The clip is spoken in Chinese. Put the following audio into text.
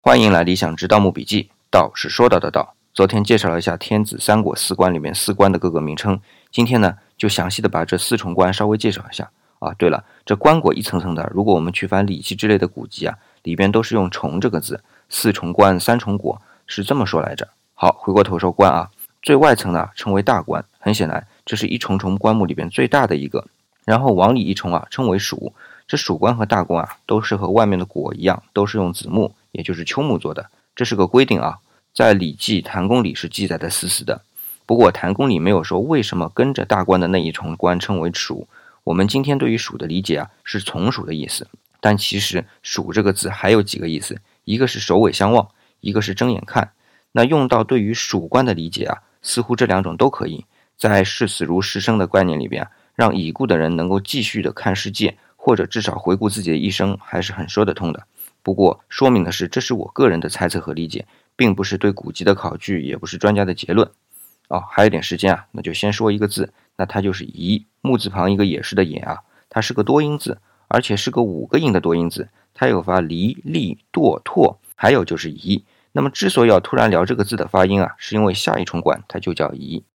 欢迎来理想之盗墓笔记，道是说道的道。昨天介绍了一下天子三国四关里面四关的各个名称，今天呢就详细的把这四重关稍微介绍一下。对了，这棺椁一层层的，如果我们去翻《礼记》之类的古籍里边都是用重这个字，四重关三重椁是这么说来着。好，回过头说关最外层呢称为大关，很显然这是一重重棺木里边最大的一个，然后往里一重称为属。这属关和大关都是和外面的椁一样，都是用子木，也就是丘木做的，这是个规定在《礼记·谭公》里是记载的死死的。不过谭公里没有说为什么跟着大关的那一重关称为属。我们今天对于属的理解是从属的意思，但其实属这个字还有几个意思，一个是首尾相望，一个是睁眼看。那用到对于属关的理解似乎这两种都可以。在视死如视生的概念里边，让已故的人能够继续的看世界，或者至少回顾自己的一生，还是很说得通的。不过说明的是，这是我个人的猜测和理解，并不是对古籍的考据，也不是专家的结论。还有点时间那就先说一个字，那它就是夷，木字旁一个也是的也它是个多音字，而且是个5个音的多音字，它有发离、立、堕、拓，还有就是夷。那么之所以要突然聊这个字的发音是因为下一重关它就叫夷。